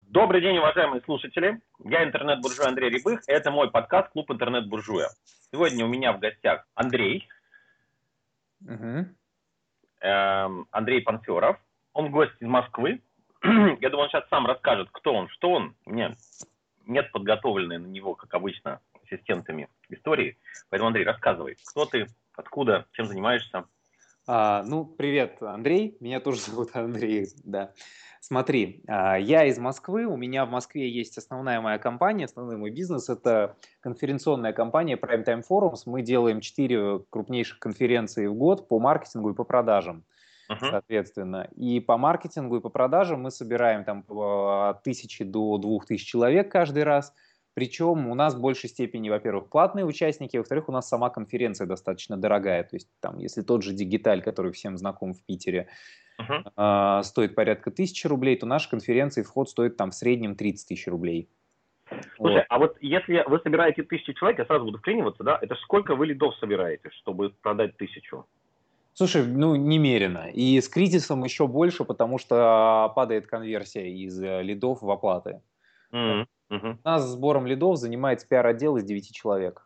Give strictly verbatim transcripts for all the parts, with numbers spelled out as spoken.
Добрый день, уважаемые слушатели. Я интернет-буржуй Андрей Рябых. Это мой подкаст «Клуб интернет-буржуя». Сегодня у меня в гостях Андрей. Угу. Эм, Андрей Панферов. Он гость из Москвы. Я думаю, он сейчас сам расскажет, кто он, что он. У меня нет подготовленной на него, как обычно, ассистентами истории. Поэтому, Андрей, рассказывай, кто ты, откуда, чем занимаешься. А, ну, привет, Андрей. Меня тоже зовут Андрей, да. Смотри, а, я из Москвы. У меня в Москве есть основная моя компания, основной мой бизнес. Это конференционная компания Prime Time Forums. Мы делаем четыре крупнейших конференции в год по маркетингу и по продажам, Угу. соответственно. И по маркетингу и по продажам мы собираем там от тысячи до двух тысяч человек каждый раз. Причем у нас в большей степени, во-первых, платные участники, во-вторых, у нас сама конференция достаточно дорогая. То есть там, если тот же Дигиталь, который всем знаком в Питере, Угу. э, стоит порядка тысячи рублей, то наша конференция вход стоит там в среднем тридцать тысяч рублей. Слушай, Вот. а вот если вы собираете тысячу человек, я сразу буду вклиниваться, да, это сколько вы лидов собираете, чтобы продать тысячу? Слушай, ну, немерено. И с кризисом еще больше, потому что падает конверсия из э, лидов в оплаты. Угу. Угу. У нас сбором лидов занимается пиар-отдел из девяти человек.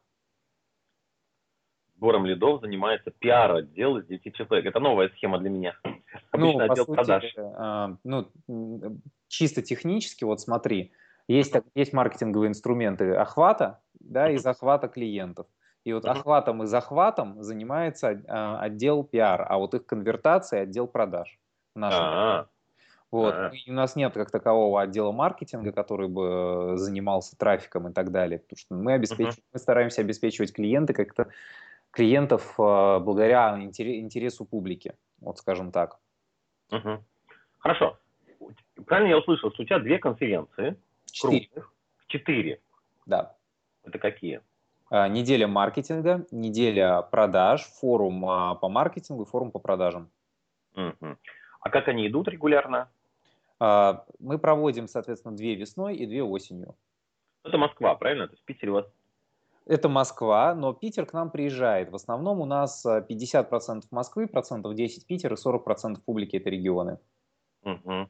Сбором лидов занимается пиар-отдел из девяти человек. Это новая схема для меня. Ну, Обычно по отдел сути, продаж. э, ну, м, чисто технически, вот смотри, есть, так, есть маркетинговые инструменты охвата, да, и захвата клиентов. И вот Мгм. охватом и захватом занимается э, отдел пиар, а вот их конвертацией отдел продаж в нашем. А, Вот. а, И у нас нет как такового отдела маркетинга, который бы э, занимался трафиком и так далее, потому что мы мгм, обеспечиваем, мы стараемся обеспечивать клиенты как-то клиентов э, благодаря интере- интересу публики, вот скажем так. мгм. Хорошо. Правильно я услышал, что у тебя две конференции Четыре, крупных, четыре. да. Это какие? А, Неделя маркетинга, неделя продаж, форум а, по маркетингу и форум по продажам. Мгм. А как они идут регулярно? А, Мы проводим, соответственно, две весной и две осенью. Это Москва, правильно? То есть в Питере у вас... Это Москва, но Питер к нам приезжает. В основном у нас а, пятьдесят процентов Москвы, процентов десять Питер и сорок процентов публики — это регионы. Мгм.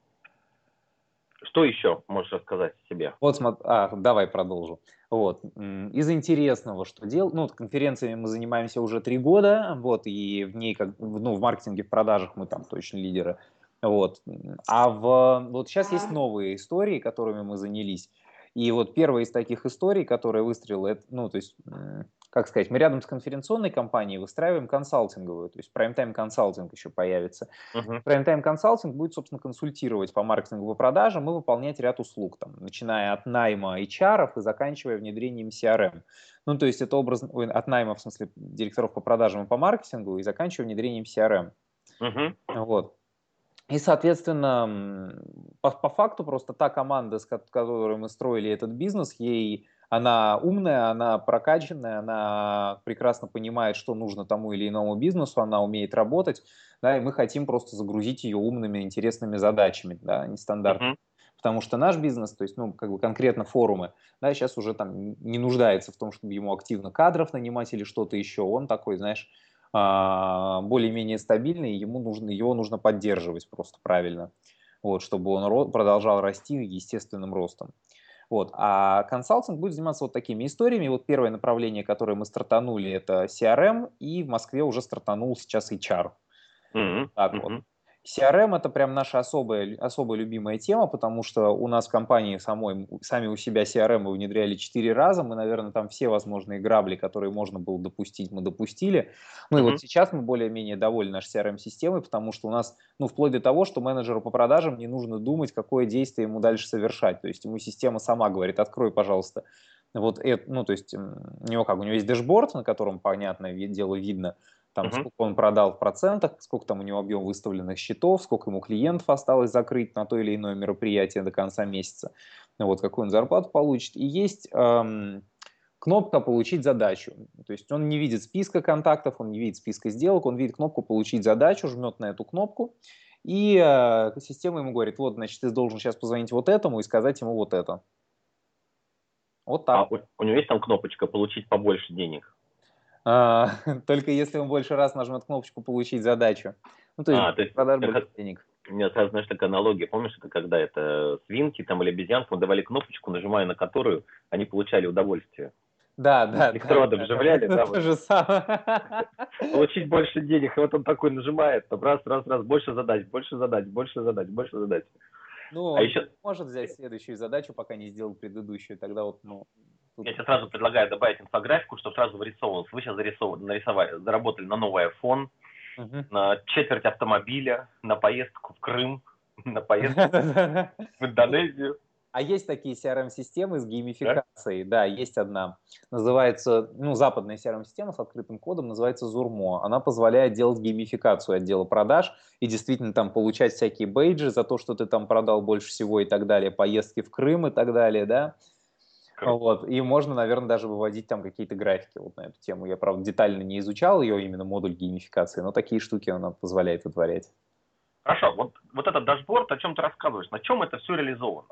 Что еще можешь рассказать о себе? Вот, смо- а, давай продолжу. Вот. м, Из интересного, что дел, ну, вот конференциями мы занимаемся уже три года, вот, и в ней, как, в- ну, в маркетинге, в продажах мы там точно лидеры. Вот. м, А в, вот сейчас есть новые истории, которыми мы занялись. И вот первая из таких историй, которая выстрелила, это, ну, то есть, м, как сказать, мы рядом с конференционной компанией выстраиваем консалтинговую, то есть Prime Time консалтинг еще появится. Мгм. Prime Time консалтинг будет, собственно, консультировать по маркетингу, по продажам и выполнять ряд услуг, там, начиная от найма эйч ар и заканчивая внедрением си ар эм. Ну, то есть это образ, ой, от найма, в смысле, директоров по продажам и по маркетингу, и заканчивая внедрением си ар эм. Мгм. Вот. И, соответственно, м, по, по факту просто та команда, с ко- которой мы строили этот бизнес, ей она умная, она прокачанная, она прекрасно понимает, что нужно тому или иному бизнесу, она умеет работать, да, и мы хотим просто загрузить ее умными, интересными задачами, да, нестандартными. Мгм. Потому что наш бизнес, то есть, ну, как бы конкретно форумы, да, сейчас уже там не нуждается в том, чтобы ему активно кадров нанимать или что-то еще. Он такой, знаешь, а, более-менее стабильный, ему нужно, его нужно поддерживать просто правильно, вот, чтобы он ро- продолжал расти естественным ростом. Вот. А консалтинг будет заниматься вот такими историями. Вот первое направление, которое мы стартанули, это си ар эм, и в Москве уже стартанул сейчас эйч ар. Мгм. Так вот. Мгм. си ар эм это прям наша особая, особая любимая тема, потому что у нас в компании самой, сами у себя си ар эм мы внедряли четыре раза, мы, наверное, там все возможные грабли, которые можно было допустить, мы допустили. Ну и вот Мгм. сейчас мы более-менее довольны нашей си ар эм-системой, потому что у нас, ну, вплоть до того, что менеджеру по продажам не нужно думать, какое действие ему дальше совершать. То есть ему система сама говорит: открой, пожалуйста, вот это, ну, то есть м, у него как, у него есть дэшборд, на котором, понятное ви- дело, видно, там, Мгм. сколько он продал в процентах, сколько там у него объем выставленных счетов, сколько ему клиентов осталось закрыть на то или иное мероприятие до конца месяца, вот, какую он зарплату получит. И есть эм, кнопка «Получить задачу». То есть он не видит списка контактов, он не видит списка сделок, он видит кнопку «Получить задачу», жмет на эту кнопку, и э, система ему говорит: вот, значит, ты должен сейчас позвонить вот этому и сказать ему вот это. Вот А так. у, у него есть там кнопочка «Получить побольше денег»? А, Только если он больше раз нажмет кнопочку «Получить задачу». Ну, то есть А, то есть продаж как, больше денег. У меня сразу, знаешь, такая аналогия. Помнишь, это когда это свинки там или обезьянкам давали кнопочку, нажимая на которую они получали удовольствие. Да, да, да, Электроды да, да, вот вживляли, это да, то вот. же самое. Получить больше денег. И вот он такой нажимает, там раз, раз, раз, больше задач, больше задач, больше задач, больше задач. Ну, А он еще может взять следующую задачу, пока не сделал предыдущую. Тогда вот, ну, тут... я тебе сразу предлагаю добавить инфографику, чтобы сразу вырисовывалось. Вы сейчас зарисовали, нарисовали, заработали на новый iPhone, Мгм. на четверть автомобиля, на поездку в Крым, на поездку в Индонезию. А есть такие си ар эм-системы с Да? геймификацией. Да, есть одна. Называется, ну, западная си ар эм-система с открытым кодом, называется Zurmo. Она позволяет делать геймификацию отдела продаж и действительно там получать всякие бейджи за то, что ты там продал больше всего и так далее, поездки в Крым и так далее, да. Круто. Вот. И можно, наверное, даже выводить там какие-то графики вот на эту тему. Я, правда, детально не изучал ее, именно модуль геймификации, но такие штуки она позволяет вытворять. Хорошо, вот, вот этот дашборд, о чем ты рассказываешь, на чем это все реализовано?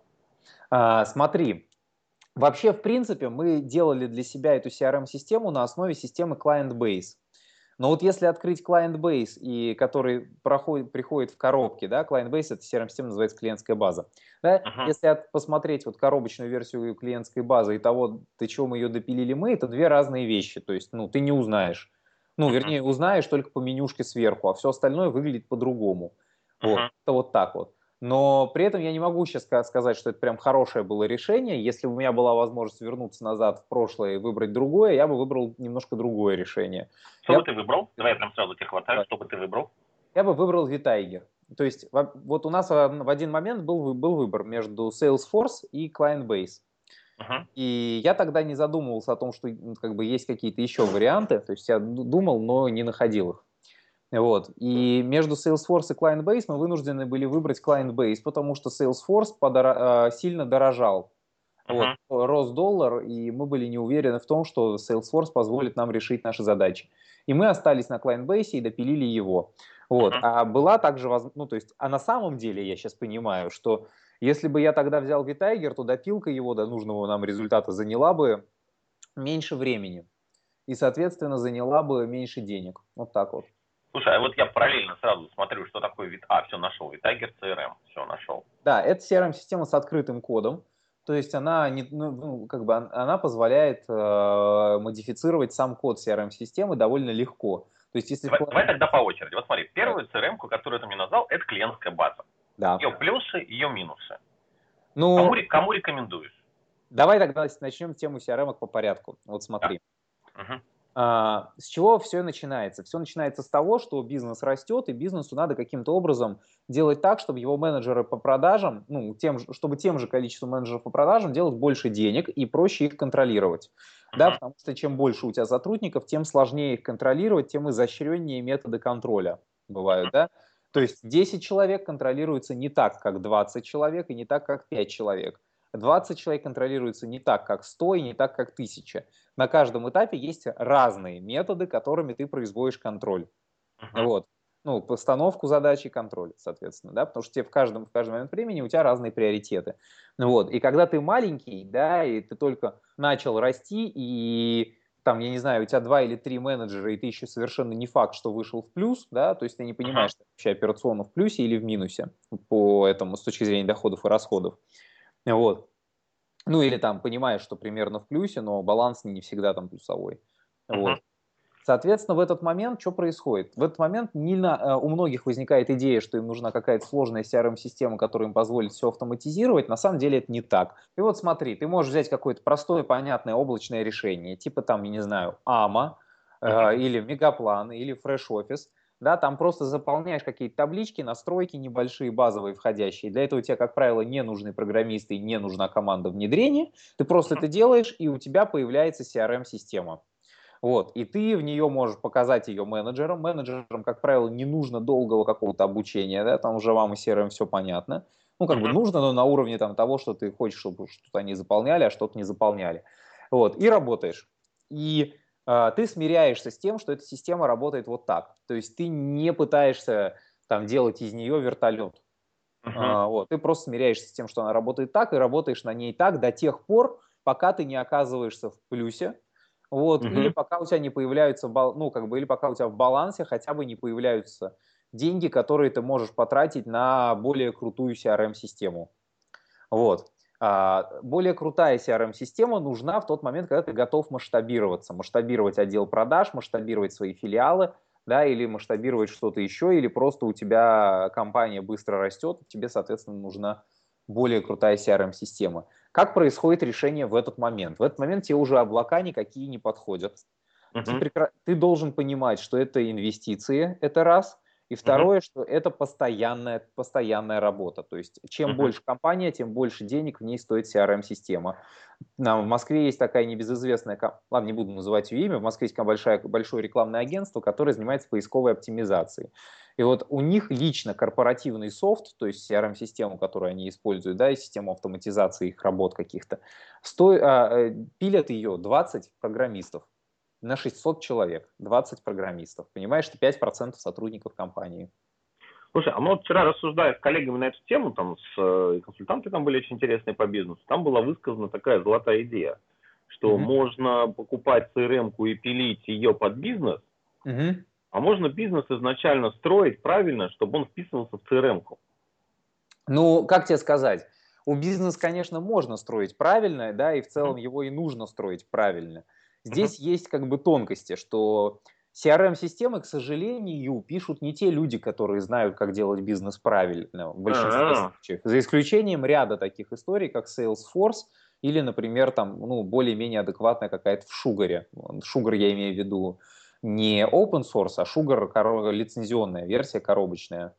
А, смотри, вообще, в принципе, мы делали для себя эту си ар эм-систему на основе системы Client-Base. Но вот если открыть Client-Base, и который проходит, приходит в коробке, да, Client-Base — это си ар эм-система, называется клиентская база. Да, Угу, если от, посмотреть вот коробочную версию клиентской базы и того, до чего мы ее допилили мы, это две разные вещи. То есть, ну, ты не узнаешь. Ну, угу, вернее, узнаешь только по менюшке сверху, а все остальное выглядит по-другому. Вот, угу. это вот так вот. Но при этом я не могу сейчас сказать, что это прям хорошее было решение. Если бы у меня была возможность вернуться назад в прошлое и выбрать другое, я бы выбрал немножко другое решение. Что Я, бы ты выбрал? Давай я прям сразу тебе хватаю, бы- что бы ты выбрал? я бы выбрал VTiger. То есть во- вот у нас а, в один момент был, вы- был выбор между Salesforce и Client-Base. Угу, И я тогда не задумывался о том, что м, как бы есть какие-то еще варианты. То есть я ду- думал, но не находил их. Вот. И между Salesforce и Client-Base мы вынуждены были выбрать Client-Base, потому что Salesforce подора- а, сильно дорожал. Вот. угу, Рос доллар, и мы были не уверены в том, что Salesforce позволит нам решить наши задачи. И мы остались на Client-Base и допилили его. Вот. угу. А была также, воз- ну, то есть, а на самом деле я сейчас понимаю, что если бы я тогда взял VTiger, то допилка его до нужного нам результата заняла бы меньше времени и, соответственно, заняла бы меньше денег. Вот так вот. Слушай, а вот я параллельно сразу смотрю, что такое вид. А, все нашел. Витагер си эр эм. Все нашел. Да, это си ар эм-система с открытым кодом, то есть она, не, ну, ну, как бы, он- она позволяет э, модифицировать сам код си ар эм-системы довольно легко. То есть если в Давай, давай Client- тогда по очереди. Вот смотри, Давай. первую си эр эм-ку, которую ты мне назвал, это клиентская база. Да. Ее плюсы, ее минусы. Кому, Ну, ре- кому рекомендуешь? давай тогда начнем тему си ар эм по порядку. Вот Да. смотри. Угу, А, с чего все начинается? Все начинается с того, что бизнес растет, и бизнесу надо каким-то образом делать так, чтобы его менеджеры по продажам, ну, тем, же- чтобы тем же количеством менеджеров по продажам делать больше денег и проще их контролировать. Да, угу, потому что чем больше у тебя сотрудников, тем сложнее их контролировать, тем изощреннее методы контроля бывают, угу, да. То есть десять человек контролируется не так, как двадцать человек, и не так, как пять человек. двадцать человек контролируется не так, как сто, и не так, как тысяча. На каждом этапе есть разные методы, которыми ты производишь контроль. угу, Вот. Ну, постановку задачи и контроль, соответственно, да, потому что тебе в каждом, в каждый момент времени у тебя разные приоритеты. Ну вот. И когда ты маленький, да, и ты только начал расти, и там, я не знаю, у тебя два или три менеджера, и ты еще совершенно не факт, что вышел в плюс, да, то есть ты не угу. понимаешь, что вообще операционно в плюсе или в минусе по этому с точки зрения доходов и расходов. Вот. Ну или там понимаешь, что примерно в плюсе, но баланс не всегда там плюсовой. Угу. Вот. Соответственно, в этот момент что происходит? В этот момент не на, э, у многих возникает идея, что им нужна какая-то сложная си ар эм-система, которая им позволит все автоматизировать. На самом деле это не так. И вот смотри, ты можешь взять какое-то простое, понятное облачное решение, типа там, я не знаю, ама, э, или Мегаплан, или Fresh Office. Да, там просто заполняешь какие-то таблички, настройки небольшие, базовые, входящие. Для этого тебе, как правило, не нужны программисты и не нужна команда внедрения. Ты просто это делаешь, и у тебя появляется си ар эм-система. Вот, и ты в нее можешь показать ее менеджерам. Менеджерам, как правило, не нужно долгого какого-то обучения, да, там уже вам и си ар эм все понятно. Ну, как бы Угу. нужно, но на уровне там того, что ты хочешь, чтобы что-то они заполняли, а что-то не заполняли. Вот, и работаешь. И а, ты смиряешься с тем, что эта система работает вот так. То есть ты не пытаешься там делать из нее вертолет. Угу. А, вот, ты просто смиряешься с тем, что она работает так, и работаешь на ней так до тех пор, пока ты не оказываешься в плюсе, вот, или Угу. пока у тебя не появляются, бал- ну, как бы, или пока у тебя в балансе хотя бы не появляются деньги, которые ты можешь потратить на более крутую си ар эм-систему. Вот. А, более крутая си ар эм-система нужна в тот момент, когда ты готов масштабироваться. Масштабировать отдел продаж, масштабировать свои филиалы, да, или масштабировать что-то еще, или просто у тебя компания быстро растет, тебе, соответственно, нужна более крутая си ар эм-система. Как происходит решение в этот момент? В этот момент тебе уже облака никакие не подходят. Ты, Мгм. прекра... ты должен понимать, что это инвестиции, это раз. И Мгм. второе, что это постоянная, постоянная работа. То есть чем Мгм. больше компания, тем больше денег в ней стоит си ар эм-система. В Москве есть такая небезызвестная, ладно, не буду называть ее имя, в Москве есть большое, большое рекламное агентство, которое занимается поисковой оптимизацией. И вот у них лично корпоративный софт, то есть си ар эм-систему, которую они используют, да, и систему автоматизации их работ каких-то, сто... а, пилят ее двадцать программистов на шестьсот человек, двадцать программистов. Понимаешь, это пять процентов сотрудников компании. Слушай, а мы вот вчера рассуждая с коллегами на эту тему, там с э, консультанты там были очень интересные по бизнесу, там была высказана такая золотая идея, что Мгм. можно покупать си эр эм-ку и пилить ее под бизнес, Мгм. а можно бизнес изначально строить правильно, чтобы он вписывался в си эр эм-ку. Ну, как тебе сказать? У бизнеса, конечно, можно строить правильно, да, и в Мгм. целом его и нужно строить правильно. Мгм. Здесь есть как бы тонкости, что си ар эм-системы, к сожалению, пишут не те люди, которые знают, как делать бизнес правильно в большинстве А, случаев. За исключением ряда таких историй, как Salesforce или, например, там, ну, более-менее адекватная какая-то в Sugar. Sugar я имею в виду не open source, а Sugar коро- лицензионная версия, коробочная.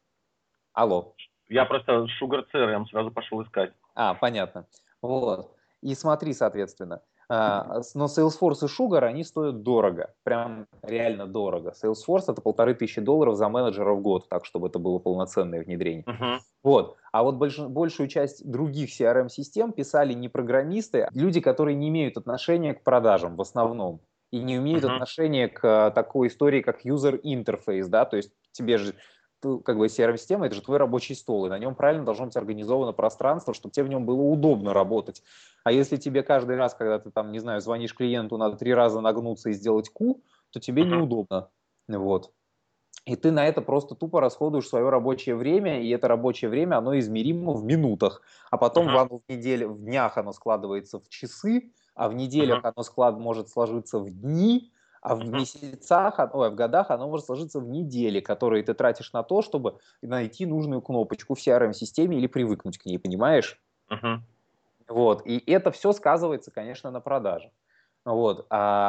Алло. я просто Sugar си эр эм сразу пошел искать. А, понятно. Вот. И смотри, соответственно, а, с- но Salesforce и Sugar, они стоят дорого, прям реально дорого. Salesforce это полторы тысячи долларов за менеджера в год, так, чтобы это было полноценное внедрение. Мгм. Вот. А вот больш- большую часть других си ар эм-систем писали не программисты, а люди, которые не имеют отношения к продажам в основном и не имеют Мгм. отношения к а, такой истории, как user interface, да, то есть тебе же ты, как бы си ар эм-система, это же твой рабочий стол, и на нем правильно должно быть организовано пространство, чтобы тебе в нем было удобно работать. А если тебе каждый раз, когда ты там, не знаю, звонишь клиенту, надо три раза нагнуться и сделать ку, то тебе Мгм. неудобно. Вот. И ты на это просто тупо расходуешь свое рабочее время, и это рабочее время, оно измеримо в минутах. А потом в, Мгм. оно в неделе, в днях оно складывается в часы, а в неделях Мгм. оно склад, может сложиться в дни, а в Мгм. месяцах, а, ой, в годах оно может сложиться в недели, которые ты тратишь на то, чтобы найти нужную кнопочку в си ар эм-системе или привыкнуть к ней, понимаешь? Мгм. Вот. И это все сказывается, конечно, на продаже. Вот.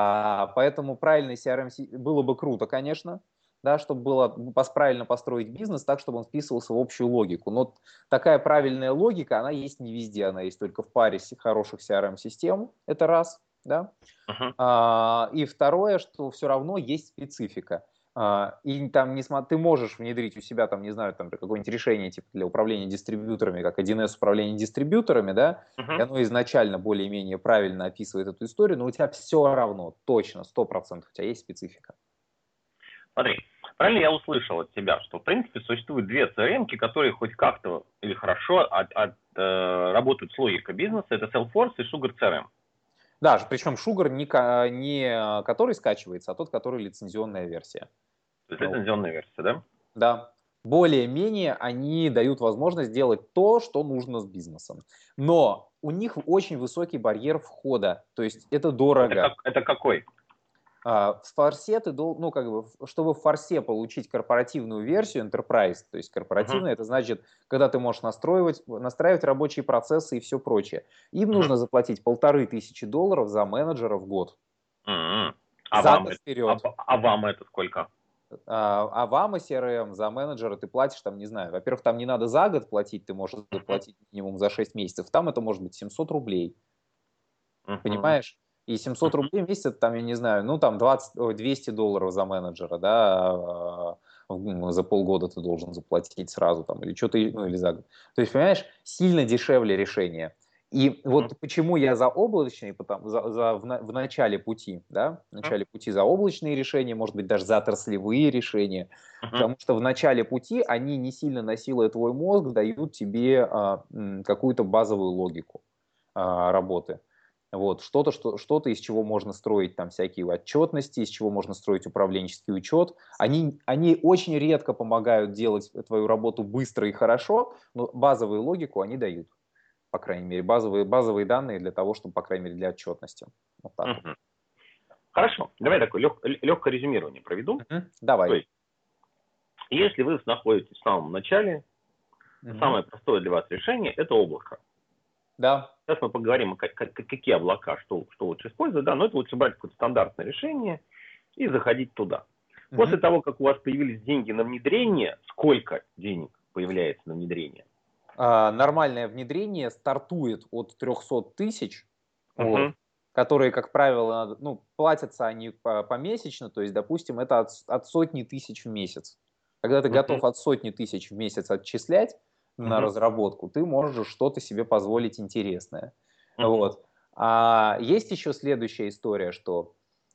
А, поэтому правильный си ар эм было бы круто, конечно, да, чтобы было пос- правильно построить бизнес так, чтобы он вписывался в общую логику. Но такая правильная логика, она есть не везде, она есть только в паре си- хороших си ар эм-систем, это раз, да. Мгм. А, и второе, что все равно есть специфика. А, и там не смо- ты можешь внедрить у себя, там, не знаю, там какое-нибудь решение типа для управления дистрибьюторами, как один эс управление дистрибьюторами, да, и Мгм. оно изначально более-менее правильно описывает эту историю, но у тебя все равно, точно, сто процентов у тебя есть специфика. Смотри, правильно я услышал от тебя, что в принципе существует две си эр эм-ки, которые хоть как-то или хорошо от, от, э, работают с логикой бизнеса. Это Salesforce и Sugar си эр эм. Да, причем Sugar не, ка- не который скачивается, а тот, который лицензионная версия. То есть Ну, лицензионная версия, да? да, более-менее они дают возможность делать то, что нужно с бизнесом. Но у них очень высокий барьер входа, то есть это Это, дорого. как, это какой? А, В форсе ты дол- ну, как бы, в- чтобы в форсе получить корпоративную версию Enterprise, то есть Мгм. корпоративная, это значит, когда ты можешь настраивать, настраивать рабочие процессы и все прочее. Им Мгм. нужно заплатить полторы тысячи долларов за менеджера в год. М-м. А За вам, год это- а, вперед. а вам это сколько? А а вам и си ар эм за менеджера ты платишь, там, не знаю, во-первых, там не надо за год платить, ты можешь Мгм. заплатить минимум за шесть месяцев, там это может быть семьсот рублей, Мгм. понимаешь? И семьсот Мгм. рублей в месяц, это там, я не знаю, ну там двадцать, ой, двести долларов за менеджера, да, а, в- за полгода ты должен заплатить сразу там, или что-то, ну или за год. То есть, понимаешь, сильно дешевле решение. И Мгм. вот почему я за облачные, потому, за, за- в, на- в начале пути, да, в начале пути за облачные решения, может быть, даже за отраслевые решения, Мгм. потому что в начале пути они, не сильно насилуя твой мозг, дают тебе а, м, какую-то базовую логику а, работы. Вот, что-то, что, что-то, из чего можно строить там всякие отчетности, из чего можно строить управленческий учет. Они, они очень редко помогают делать твою работу быстро и хорошо, но базовую логику они дают, по крайней мере, базовые, базовые данные для того, чтобы, по крайней мере, для отчетности. Вот так вот. Мгм. Хорошо, давай такое лег, легкое резюмирование проведу. Мгм. Давай. То есть, если вы находитесь в самом начале, Мгм. самое простое для вас решение – это облако. Да. Сейчас мы поговорим, как, как, какие облака, что, что лучше использовать, да, но это лучше брать какое-то стандартное решение и заходить туда. После Мгм. того, как у вас появились деньги на внедрение, сколько денег появляется на внедрение? А, нормальное внедрение стартует от трехсот тысяч, вот, Угу, которые, как правило, надо- ну, платятся они по- помесячно, то есть, допустим, это от, с- от сотни тысяч в месяц. Когда ты угу, готов от сотни тысяч в месяц отчислять на угу, разработку, ты можешь что-то себе позволить интересное. угу, Вот. А есть еще следующая история, что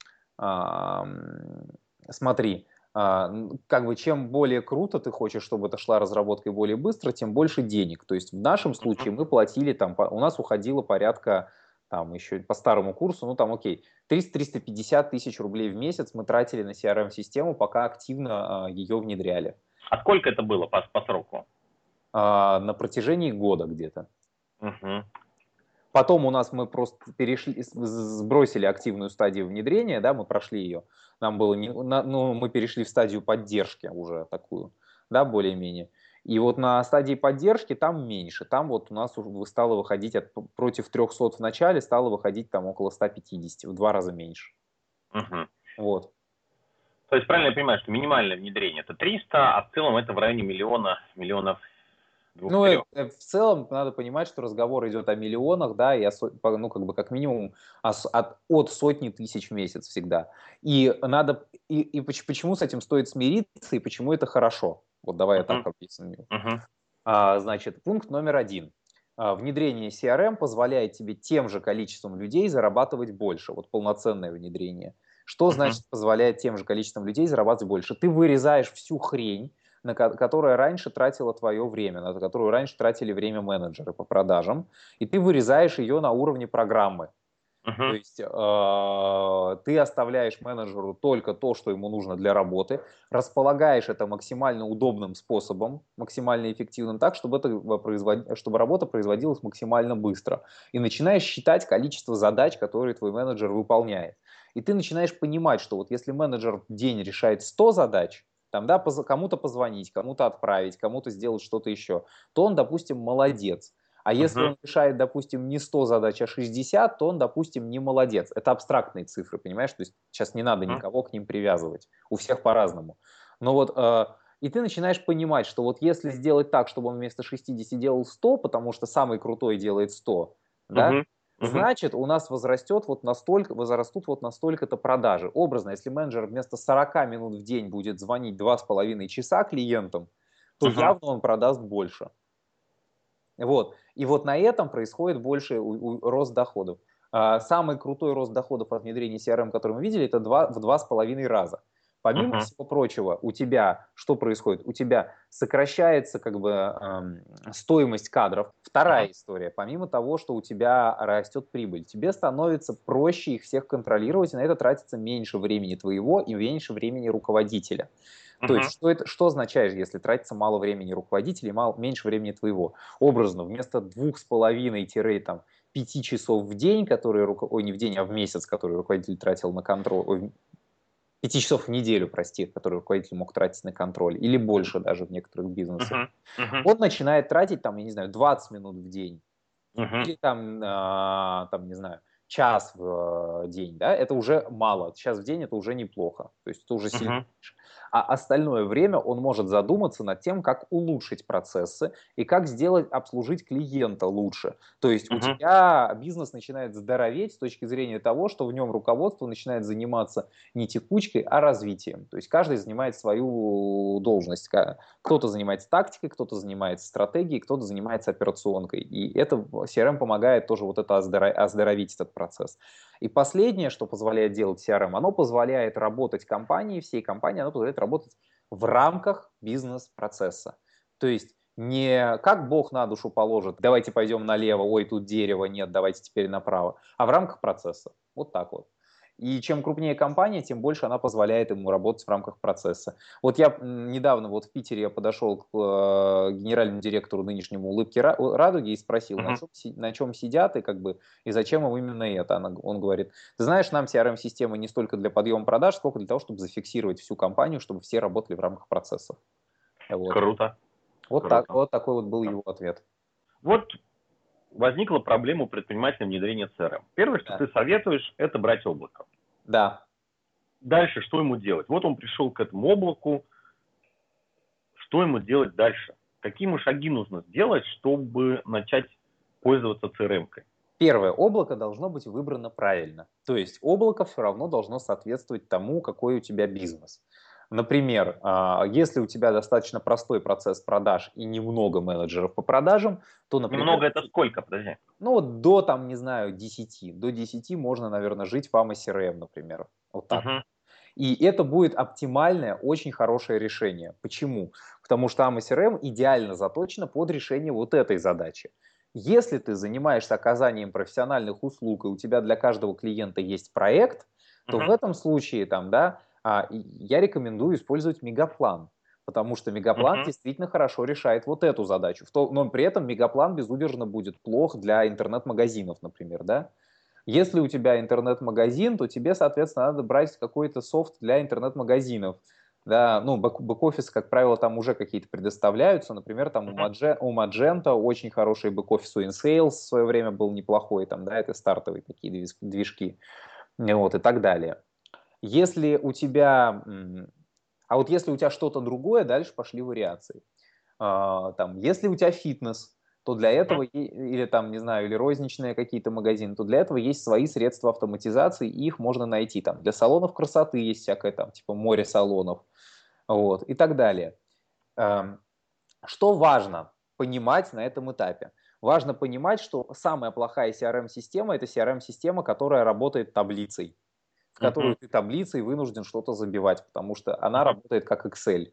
ам, смотри, а, н- как бы чем более круто ты хочешь, чтобы это шла разработка и более быстро, тем больше денег. То есть в нашем угу, случае мы платили, там, по- у нас уходило порядка, там, еще по старому курсу, ну, там, окей, триста пятьдесят тысяч рублей в месяц мы тратили на си ар эм-систему, пока активно а, ее внедряли. А сколько это было по, по сроку? А, на протяжении года где-то. Угу, Потом у нас мы просто перешли, с- сбросили активную стадию внедрения, да, мы прошли ее. Нам было не, на- ну, мы перешли в стадию поддержки уже такую, да, более-менее. И вот на стадии поддержки там меньше. Там вот у нас уже стало выходить от, против трехсот в начале, стало выходить там около ста пятидесяти, в два раза меньше. угу. Вот. То есть правильно я понимаю, что минимальное внедрение это триста, а в целом это в районе миллиона, миллионов Ну, э, двух-трех. э, в целом надо понимать, что разговор идет о миллионах, да, и о со- по- ну, как бы как минимум о с- от, от сотни тысяч в месяц всегда. И надо, и, и поч- почему с этим стоит смириться, и почему это хорошо. Вот давай я Угу, так объясню. угу, А, значит, пункт номер один. А, внедрение си ар эм позволяет тебе тем же количеством людей зарабатывать больше. Вот полноценное внедрение. Что угу, значит позволяет тем же количеством людей зарабатывать больше? Ты вырезаешь всю хрень, на ко- которая раньше тратила твое время, на которую раньше тратили время менеджеры по продажам, и ты вырезаешь ее на уровне программы. То угу, есть э, ты оставляешь менеджеру только то, что ему нужно для работы, располагаешь это максимально удобным способом, максимально эффективным, так, чтобы, это производ... чтобы работа производилась максимально быстро. И начинаешь считать количество задач, которые твой менеджер выполняет. И ты начинаешь понимать, что вот если менеджер в день решает сто задач, там, да, поз- кому-то позвонить, кому-то отправить, кому-то сделать что-то еще, то он, допустим, молодец. А если угу, он решает, допустим, не сто задач, а шестьдесят, то он, допустим, не молодец. Это абстрактные цифры, понимаешь? То есть сейчас не надо угу, никого к ним привязывать. У всех по-разному. Но вот э, и ты начинаешь понимать, что вот если сделать так, чтобы он вместо шестидесяти делал сто, потому что самый крутой делает сто, да, угу, угу, значит, у нас возрастет вот настолько, возрастут вот настолько-то продажи. Образно, если менеджер вместо сорока минут в день будет звонить два с половиной часа клиентам, то угу, явно он продаст больше. Вот. И вот на этом происходит больше у- у- рост доходов. А, Самый крутой рост доходов от внедрения си ар эм, который мы видели, это два, в два с половиной раза. Помимо угу, всего прочего, у тебя что происходит? У тебя сокращается как бы эм, стоимость кадров. Вторая история. Помимо того, что у тебя растет прибыль, тебе становится проще их всех контролировать, и на это тратится меньше времени твоего и меньше времени руководителя. То есть, угу, что это что означает, если тратится мало времени руководителя и мало, меньше времени твоего? Образно, вместо двух с половиной там, пяти часов в день, которые, руко- ой, не в день, а в месяц, который руководитель тратил на контроль, ой, пяти часов в неделю, прости, которые руководитель мог тратить на контроль, или больше даже в некоторых бизнесах, угу, угу, он начинает тратить, там, я не знаю, двадцать минут в день, угу, или там, а, там, не знаю, час в э, день, да, это уже мало. Час в день это уже неплохо, то есть это уже сильно угу, меньше. А остальное время он может задуматься над тем, как улучшить процессы и как сделать, обслужить клиента лучше. То есть у угу, тебя бизнес начинает здороветь с точки зрения того, что в нем руководство начинает заниматься не текучкой, а развитием. То есть каждый занимает свою должность. Ка- Кто-то занимается тактикой, кто-то занимается стратегией, кто-то занимается операционкой. И это си ар эм помогает тоже вот это оздоро- оздоровить этот процесс. И последнее, что позволяет делать си ар эм, оно позволяет работать компании, всей компании, оно позволяет работать в рамках бизнес-процесса. То есть Не как Бог на душу положит, давайте пойдем налево, ой, тут дерево, нет, давайте теперь направо, а в рамках процесса. Вот так вот. И чем крупнее компания, тем больше она позволяет ему работать в рамках процесса. Вот я недавно вот в Питере я подошел к э, генеральному директору нынешнему «Улыбки Радуги» и спросил, на Мгм. чем, на чем сидят и, как бы, и зачем им именно это. Она, он говорит, ты знаешь, нам си ар эм-система не столько для подъема продаж, сколько для того, чтобы зафиксировать всю компанию, чтобы все работали в рамках процессов. Вот. Круто, Вот, так, круто. вот такой вот был его ответ. Вот возникла проблема у предпринимателя внедрения си ар эм. Первое, что Да. ты советуешь, это брать облако. Да. Дальше что ему делать? Вот он пришел к этому облаку. Что ему делать дальше? Какие ему шаги нужно сделать, чтобы начать пользоваться си ар эм-кой? Первое, облако должно быть выбрано правильно. То есть облако все равно должно соответствовать тому, какой у тебя бизнес. Например, а, если у тебя достаточно простой процесс продаж и немного менеджеров по продажам, то, например, Немного это сколько? Подожди. ну вот до, там, не знаю, десяти. До десяти можно, наверное, жить в эй эм си ар эм, например. Вот так. Угу. И это будет оптимальное, очень хорошее решение. Почему? Потому что эй эм си ар эм идеально заточено под решение вот этой задачи. Если ты занимаешься оказанием профессиональных услуг, и у тебя для каждого клиента есть проект, то Угу. в этом случае там, да, а, я рекомендую использовать мегаплан. Потому что мегаплан Угу. действительно хорошо решает вот эту задачу. Но при этом мегаплан безудержно будет плох для интернет-магазинов, например, да? Если у тебя интернет-магазин, то тебе, соответственно, надо брать какой-то софт для интернет-магазинов. Да, ну, бэк-офис, как правило, там уже какие-то предоставляются. Например, там у, Угу. Magento, у Magento очень хороший бэк-офис, у InSales в свое время был неплохой, там, да, это стартовые такие движки, вот, и так далее. Если у тебя, а вот если у тебя что-то другое, дальше пошли вариации. А, там, если у тебя фитнес, то для этого, или там, не знаю, или розничные какие-то магазины, то для этого есть свои средства автоматизации, и их можно найти. Там, для салонов красоты есть всякое там, типа море салонов, вот, и так далее. Что важно понимать на этом этапе? Важно понимать, что самая плохая си ар эм-система – это си ар эм-система, которая работает таблицей, в которую Угу. ты таблицей вынужден что-то забивать, потому что она Угу. работает как Excel.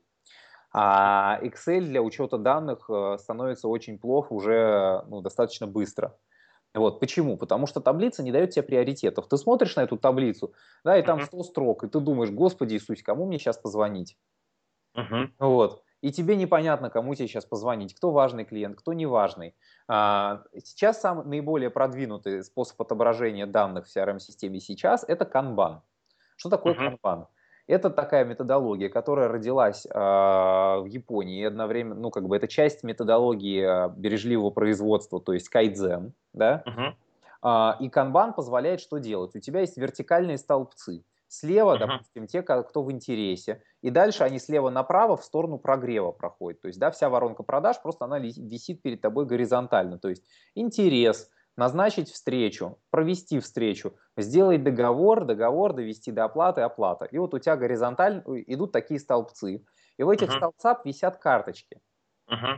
А Excel для учета данных э, становится очень плох уже ну, достаточно быстро. Вот. Почему? Потому что таблица не дает тебе приоритетов. Ты смотришь на эту таблицу, да, и там Угу. сто строк, и ты думаешь, Господи Иисусе, кому мне сейчас позвонить? Угу. Вот. И тебе непонятно, кому тебе сейчас позвонить, кто важный клиент, кто не важный. А, сейчас самый наиболее продвинутый способ отображения данных в си ар эм-системе сейчас – это Kanban. Что такое Угу. Kanban? Это такая методология, которая родилась а, в Японии и одновременно, ну как бы это часть методологии а, бережливого производства, то есть кайдзен, да? Угу. А, и Kanban позволяет что делать? У тебя есть вертикальные столбцы. Слева, Угу. допустим, те, кто в интересе, и дальше они слева направо в сторону прогрева проходят. То есть, да, вся воронка продаж, просто она висит перед тобой горизонтально. То есть, интерес, назначить встречу, провести встречу, сделать договор, договор, довести до оплаты, оплата. И вот у тебя горизонтально идут такие столбцы. И в этих Угу. столбцах висят карточки. Угу.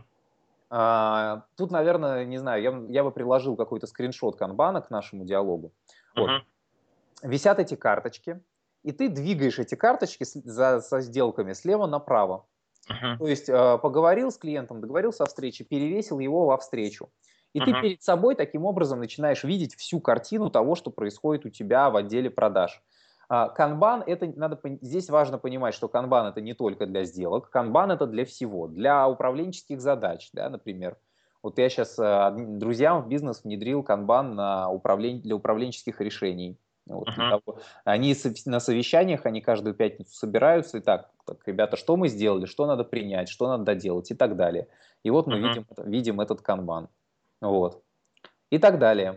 А, тут, наверное, не знаю, я, я бы приложил какой-то скриншот канбана к нашему диалогу. Вот. Угу. Висят эти карточки, и ты двигаешь эти карточки с- за, со сделками слева направо. Угу. То есть э, поговорил с клиентом, договорился о встрече, перевесил его во встречу. И ты Угу. перед собой таким образом начинаешь видеть всю картину того, что происходит у тебя в отделе продаж. А, Канбан, это надо, здесь важно понимать, что канбан это не только для сделок, канбан это для всего, для управленческих задач, да, например. Вот я сейчас друзьям в бизнес внедрил канбан на управлен... для управленческих решений. Вот, для Угу. того, они на совещаниях, они каждую пятницу собираются и так, так, ребята, что мы сделали, что надо принять, что надо доделать и так далее. И вот мы Угу. видим, видим этот канбан. Вот. И так далее.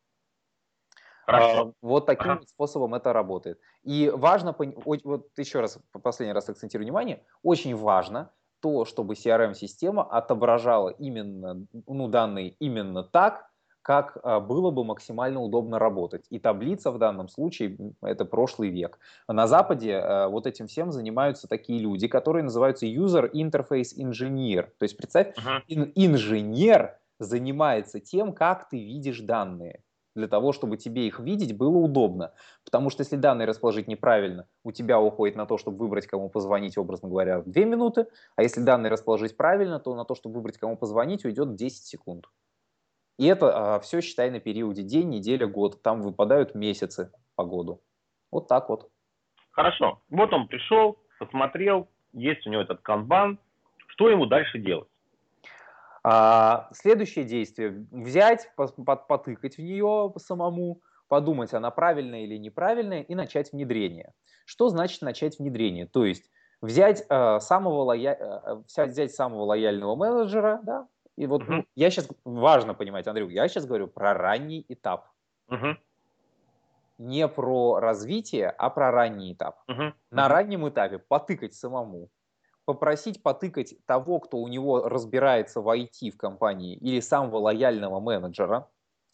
Хорошо. А, Вот таким Ага. вот способом это работает. И важно, пон- о- вот еще раз, по- последний раз акцентирую внимание, очень важно то, чтобы си ар эм-система отображала именно, ну, данные именно так, как а, было бы максимально удобно работать. И таблица в данном случае м, это прошлый век. На Западе а, вот этим всем занимаются такие люди, которые называются User Interface Engineer. То есть представь, Угу. ин- инженер занимается тем, как ты видишь данные. для того, чтобы тебе их видеть было удобно. Потому что если данные расположить неправильно, у тебя уходит на то, чтобы выбрать, кому позвонить, образно говоря, две минуты, а если данные расположить правильно, то на то, чтобы выбрать, кому позвонить, уйдет десять секунд. И это а, все, считай, на периоде день, неделя, год. Там выпадают месяцы по году. Вот так вот. Хорошо. Вот он пришел, посмотрел, есть у него этот канбан. Что ему дальше делать? А, следующее действие. Взять, потыкать в нее самому, подумать, она правильная или неправильная, и начать внедрение. Что значит начать внедрение? То есть взять, э, самого, лоя... э, взять самого лояльного менеджера, да, и вот, Угу. ну, я сейчас, важно понимать, Андрей, я сейчас говорю про ранний этап. Угу. Не про развитие, а про ранний этап. Угу. На раннем этапе потыкать самому, попросить потыкать того, кто у него разбирается в ай ти в компании, или самого лояльного менеджера,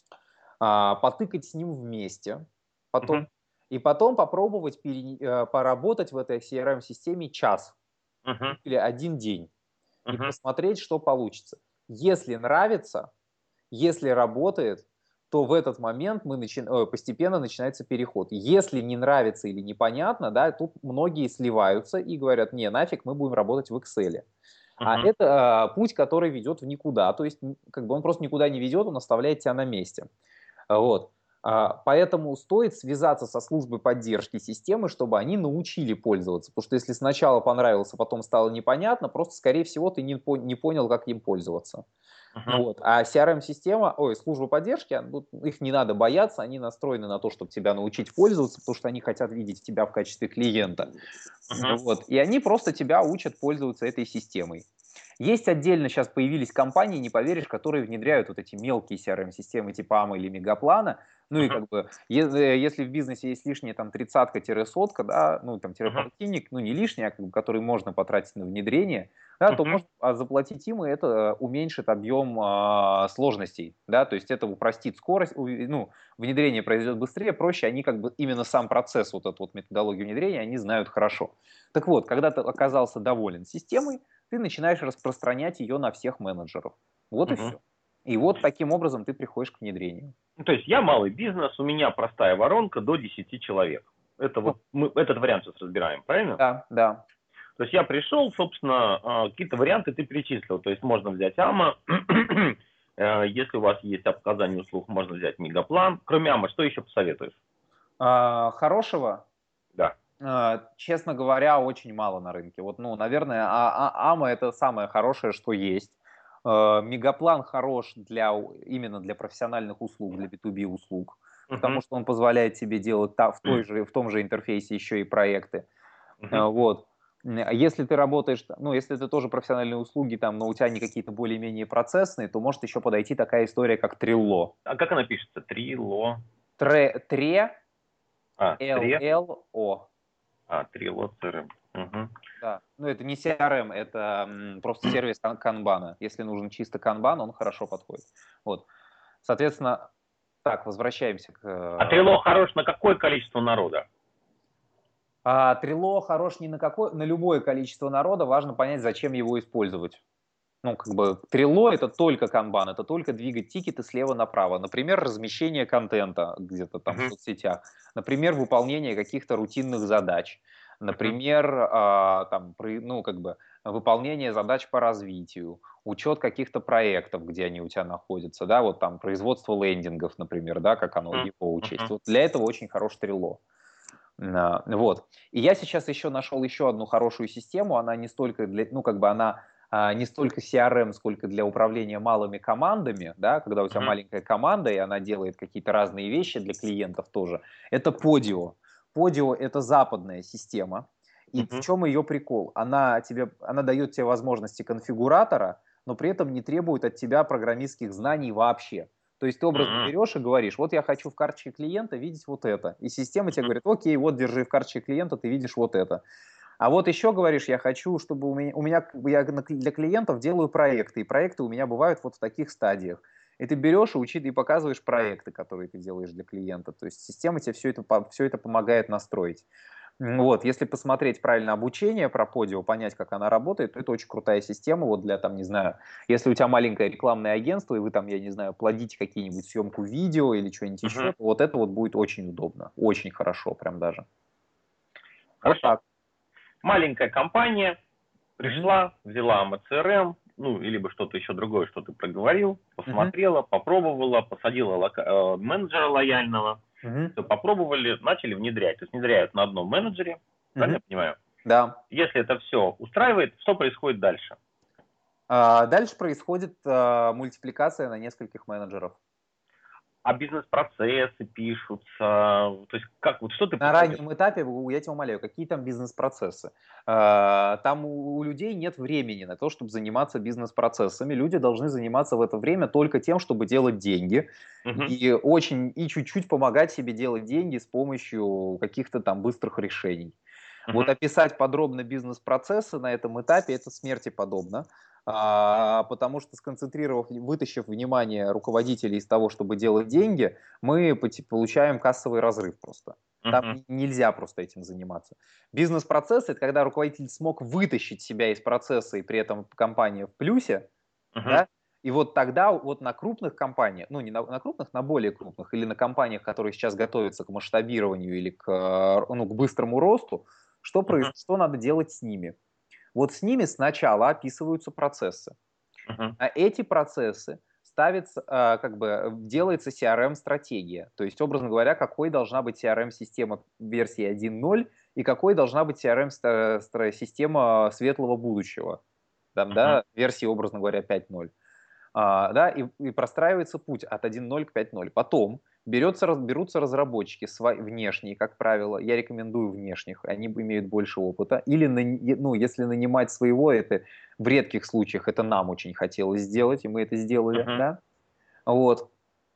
а, потыкать с ним вместе, потом, Угу. и потом попробовать пере, э, поработать в этой си ар эм-системе час Угу. или один день и Угу. посмотреть, что получится. Если нравится, если работает, то в этот момент мы начи... Ой, постепенно начинается переход. Если не нравится или непонятно, да, тут многие сливаются и говорят, не, нафиг, мы будем работать в Excel. А Угу. это а, путь, который ведет в никуда. То есть как бы он просто никуда не ведет, он оставляет тебя на месте. Вот. А, Поэтому стоит связаться со службой поддержки системы, чтобы они научили пользоваться. Потому что если сначала понравился, потом стало непонятно, просто, скорее всего, ты не, по- не понял, как им пользоваться. Угу. Вот. А си ар эм-система, ой, служба поддержки, ну, их не надо бояться, они настроены на то, чтобы тебя научить пользоваться, потому что они хотят видеть тебя в качестве клиента. Угу. Вот. И они просто тебя учат пользоваться этой системой. Есть отдельно сейчас появились компании, не поверишь, которые внедряют вот эти мелкие си ар эм-системы типа эй эм или Мегаплана. Ну и Угу. как бы, если, если в бизнесе есть лишняя там тридцатка-сотка, да, ну там Угу. полтинник, ну не лишняя, как бы, который можно потратить на внедрение, да, то Угу. можно а, заплатить им, и это уменьшит объем а, сложностей, да, то есть это упростит скорость, у- ну, внедрение произойдет быстрее, проще, они как бы именно сам процесс, вот эту вот методологию внедрения, они знают хорошо. Так вот, когда ты оказался доволен системой, ты начинаешь распространять ее на всех менеджеров. Вот и Угу. все. И вот таким образом ты приходишь к внедрению. Ну, то есть я малый бизнес, у меня простая воронка до десяти человек. Это Ну, вот мы этот вариант сейчас разбираем, правильно? да, да. То есть я пришел, собственно, а, какие-то варианты ты перечислил. То есть можно взять эй эм эй, если у вас есть оказание услуг, можно взять Мегаплан. Кроме эй эм эй, что еще посоветуешь? А, хорошего, Да. а, честно говоря, очень мало на рынке. Вот, ну, наверное, а, а, АМА это самое хорошее, что есть. А, Мегаплан хорош для, именно для профессиональных услуг, для би ту би услуг, потому Угу. что он позволяет тебе делать та, в, той же, в том же интерфейсе еще и проекты. Угу. А, Вот. М, а Если ты работаешь, ну, если это тоже профессиональные услуги, там, но у тебя не какие-то более-менее процессные, то может еще подойти такая история, как Trello. А как она пишется? Трило. Тре, тре, А, тре. эл эл о. А, Трило си ар эм. Угу. Да. Ну, это не си ар эм, это м, просто сервис кан- канбана. Если нужен чисто канбан, он хорошо подходит. Вот. Соответственно, так, возвращаемся к... А э, Трило хорош на какое количество народа? А Trello хорош не на какое, на любое количество народа, важно понять, зачем его использовать. Ну, как бы Trello — это только канбан, это только двигать тикеты слева направо. Например, размещение контента где-то там в Угу. соцсетях. Например, выполнение каких-то рутинных задач. Угу. Например, а, там, при- ну, как бы выполнение задач по развитию, учет каких-то проектов, где они у тебя находятся, да, вот там производство лендингов, например, да, как оно, его учесть. Угу. Вот для этого очень хорош Trello. На- Вот. И я сейчас еще нашел еще одну хорошую систему. Она не столько для, ну, как бы она а, не столько си ар эм, сколько для управления малыми командами, да, когда у тебя Угу. маленькая команда, и она делает какие-то разные вещи для клиентов тоже. Это Podio. Podio — это западная система. И в Угу. чем ее прикол? Она, тебе, она дает тебе возможности конфигуратора, но при этом не требует от тебя программистских знаний вообще. То есть ты образно Угу. берешь и говоришь, вот я хочу в карточке клиента видеть вот это. И система тебе говорит, окей, вот держи в карточке клиента, ты видишь вот это. А вот еще говоришь, я хочу, чтобы у меня, у меня как бы я для клиентов делаю проекты, и проекты у меня бывают вот в таких стадиях. И ты берешь и учит, и показываешь проекты, которые ты делаешь для клиента. То есть система тебе все это, все это помогает настроить. Вот, если посмотреть правильно обучение про Podio, понять, как она работает, то это очень крутая система, вот для, там, не знаю, если у тебя маленькое рекламное агентство, и вы там, я не знаю, плодите какие-нибудь съемку видео или что-нибудь еще, Мгм. то вот это вот будет очень удобно, очень хорошо прям даже. Вот Хорошо. так. Маленькая компания Мгм. пришла, взяла эм си эр эм, ну, или бы что-то еще другое, что ты проговорил, Мгм. посмотрела, попробовала, посадила лока- э, менеджера лояльного, Мгм. все попробовали, начали внедрять. То есть внедряют на одном менеджере, правильно Мгм. я понимаю? Да. Если это все устраивает, что происходит дальше? А дальше происходит а, мультипликация на нескольких менеджеров. А бизнес-процессы пишутся, то есть как, вот что ты На посоветуешь? раннем этапе, у- я тебя умоляю, какие там бизнес-процессы? А, Там у у людей нет времени на то, чтобы заниматься бизнес-процессами. Люди должны заниматься в это время только тем, чтобы делать деньги. Мгм, И очень, и чуть-чуть помогать себе делать деньги с помощью каких-то там быстрых решений. Вот мгм, описать подробно бизнес-процессы на этом этапе — это смерти подобно, а, потому что сконцентрировав, вытащив внимание руководителей из того, чтобы делать деньги, мы поти- получаем кассовый разрыв просто. Там мгм, н- нельзя просто этим заниматься. Бизнес-процесс — это когда руководитель смог вытащить себя из процесса, и при этом компания в плюсе, мгм, да, и вот тогда вот на крупных компаниях, ну не на, на крупных, на более крупных, или на компаниях, которые сейчас готовятся к масштабированию или к, э, ну, к быстрому росту, что, произ... мгм, что надо делать с ними? Вот с ними сначала описываются процессы. мгм, А эти процессы ставится, а, как бы делается си ар эм-стратегия. То есть, образно говоря, какой должна быть си ар эм-система версии один ноль и какой должна быть си ар эм-система светлого будущего. Там, мгм, да, версии, образно говоря, пять ноль. А, да, и, и простраивается путь от один ноль к пять ноль. Потом берется, раз- берутся разработчики сва- внешние, как правило. Я рекомендую внешних, они имеют больше опыта. Или, нань- е- ну, если нанимать своего, это в редких случаях это нам очень хотелось сделать, и мы это сделали, мгм, да. Вот.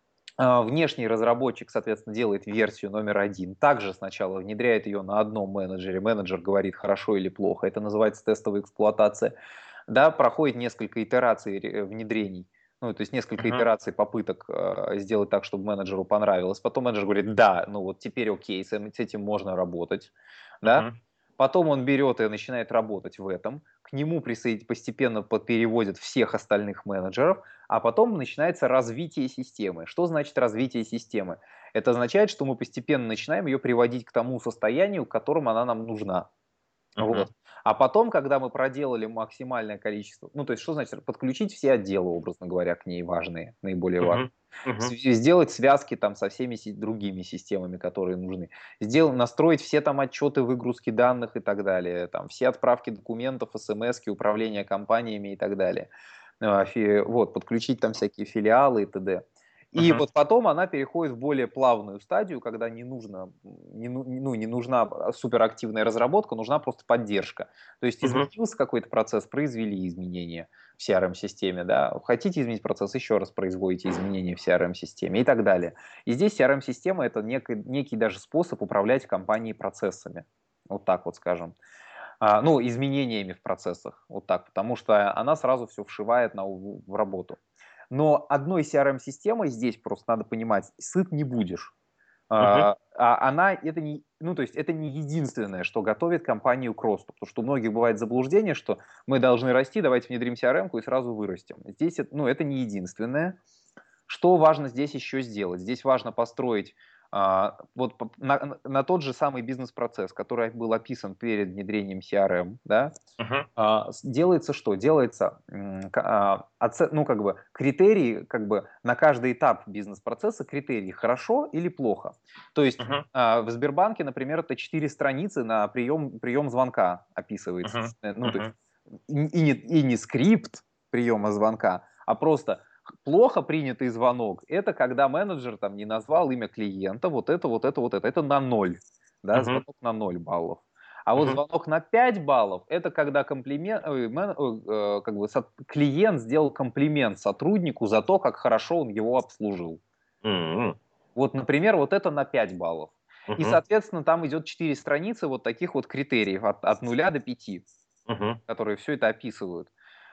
А, Внешний разработчик, соответственно, делает версию номер один. Также сначала внедряет ее на одном менеджере. Менеджер говорит, хорошо или плохо. Это называется тестовая эксплуатация. Да, проходит несколько итераций ре- внедрений. Ну, то есть несколько мгм, итераций попыток э, сделать так, чтобы менеджеру понравилось. Потом менеджер говорит, да, ну вот теперь окей, с эм- с этим можно работать. Да? мгм, Потом он берет и начинает работать в этом. К нему присоедин- постепенно переводят всех остальных менеджеров, а потом начинается развитие системы. Что значит развитие системы? Это означает, что мы постепенно начинаем ее приводить к тому состоянию, к которому она нам нужна. мгм, Вот. А потом, когда мы проделали максимальное количество, ну, то есть, что значит подключить все отделы, образно говоря, к ней важные, наиболее важные. мгм, мгм, С- Сделать связки там со всеми си- другими системами, которые нужны. Сделать, настроить все там отчеты выгрузки данных и так далее. Там все отправки документов, смс, управление компаниями и так далее. А, фи- Вот, подключить там всякие филиалы и т.д. И мгм, вот потом она переходит в более плавную стадию, когда не, нужно, не, ну, не ну, не нужна суперактивная разработка, нужна просто поддержка. То есть мгм, изменился какой-то процесс, произвели изменения в си ар эм-системе. Да? Хотите изменить процесс, еще раз производите изменения в си ар эм-системе и так далее. И здесь си ар эм-система — это некий, некий даже способ управлять компанией процессами. Вот так вот скажем. А, ну, изменениями в процессах. Вот так. Потому что она сразу все вшивает на, в работу. Но одной си ар эм-системой здесь просто надо понимать, сыт не будешь. мгм, А, а она это не, ну то есть это не единственное, что готовит компанию к росту, потому что у многих бывает заблуждение, что мы должны расти, давайте внедрим си ар эм и сразу вырастем. Здесь это, ну, это не единственное. Что важно здесь еще сделать? Здесь важно построить а, вот по- на, на тот же самый бизнес-процесс, который был описан перед внедрением си ар эм, да, мгм, а, с- делается что? Делается, м, к- а, оце- ну, как бы, критерии, как бы, на каждый этап бизнес-процесса критерии хорошо или плохо. То есть мгм, а, в Сбербанке, например, это четыре страницы на прием, прием звонка описывается. мгм, Э, Ну, то есть мгм, и, и не, и не скрипт приема звонка, а просто плохо принятый звонок — это когда менеджер там не назвал имя клиента, вот это, вот это, вот это. Это на ноль, да, мгм, звонок на ноль баллов. А вот мгм, звонок на пять баллов — это когда комплимент, ой, мен- ой, э, как бы со- клиент сделал комплимент сотруднику за то, как хорошо он его обслужил. м, Вот, например, вот это на пять баллов. И, мгм, соответственно, там идет четыре страницы вот таких вот критериев от, от нуля до пяти, мгм, которые все это описывают.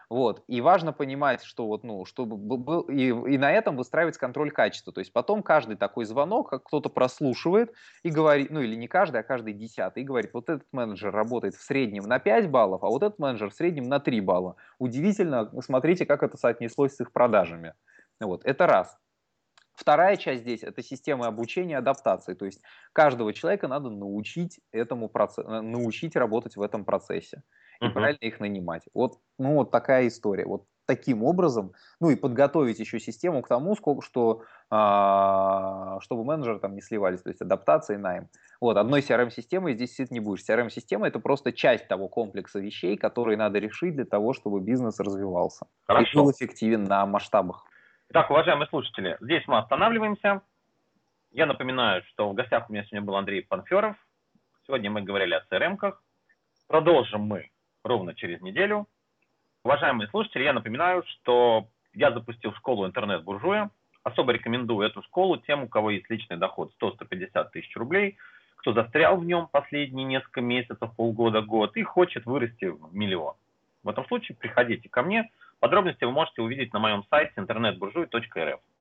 Вот. И важно понимать, что вот, ну, чтобы был, и, и на этом выстраивать контроль качества. То есть потом каждый такой звонок, как кто-то прослушивает и говорит, ну или не каждый, а каждый десятый, и говорит, вот этот менеджер работает в среднем на пять баллов, а вот этот менеджер в среднем на три балла. Удивительно, смотрите, как это соотнеслось с их продажами. Вот. Это раз. Вторая часть здесь – это система обучения и адаптации. То есть каждого человека надо научить, этому процессу, научить работать в этом процессе и Мгм. правильно их нанимать. Вот, ну, вот такая история. Вот таким образом, ну и подготовить еще систему к тому, сколько, что, а, чтобы менеджеры там не сливались, то есть адаптация и найм. Вот, одной си ар эм-системой здесь сидеть не будешь. си ар эм-система – это просто часть того комплекса вещей, которые надо решить для того, чтобы бизнес развивался и был Хорошо. эффективен на масштабах. Итак, уважаемые слушатели, здесь мы останавливаемся. Я напоминаю, что в гостях у меня сегодня был Андрей Панферов. Сегодня мы говорили о си ар эм-ках. Продолжим мы ровно через неделю. Уважаемые слушатели, я напоминаю, что я запустил школу интернет-буржуя. Особо рекомендую эту школу тем, у кого есть личный доход сто - сто пятьдесят тысяч рублей, кто застрял в нем последние несколько месяцев, полгода, год и хочет вырасти в миллион. В этом случае приходите ко мне. Подробности вы можете увидеть на моем сайте интернет буржуй точка эр эф.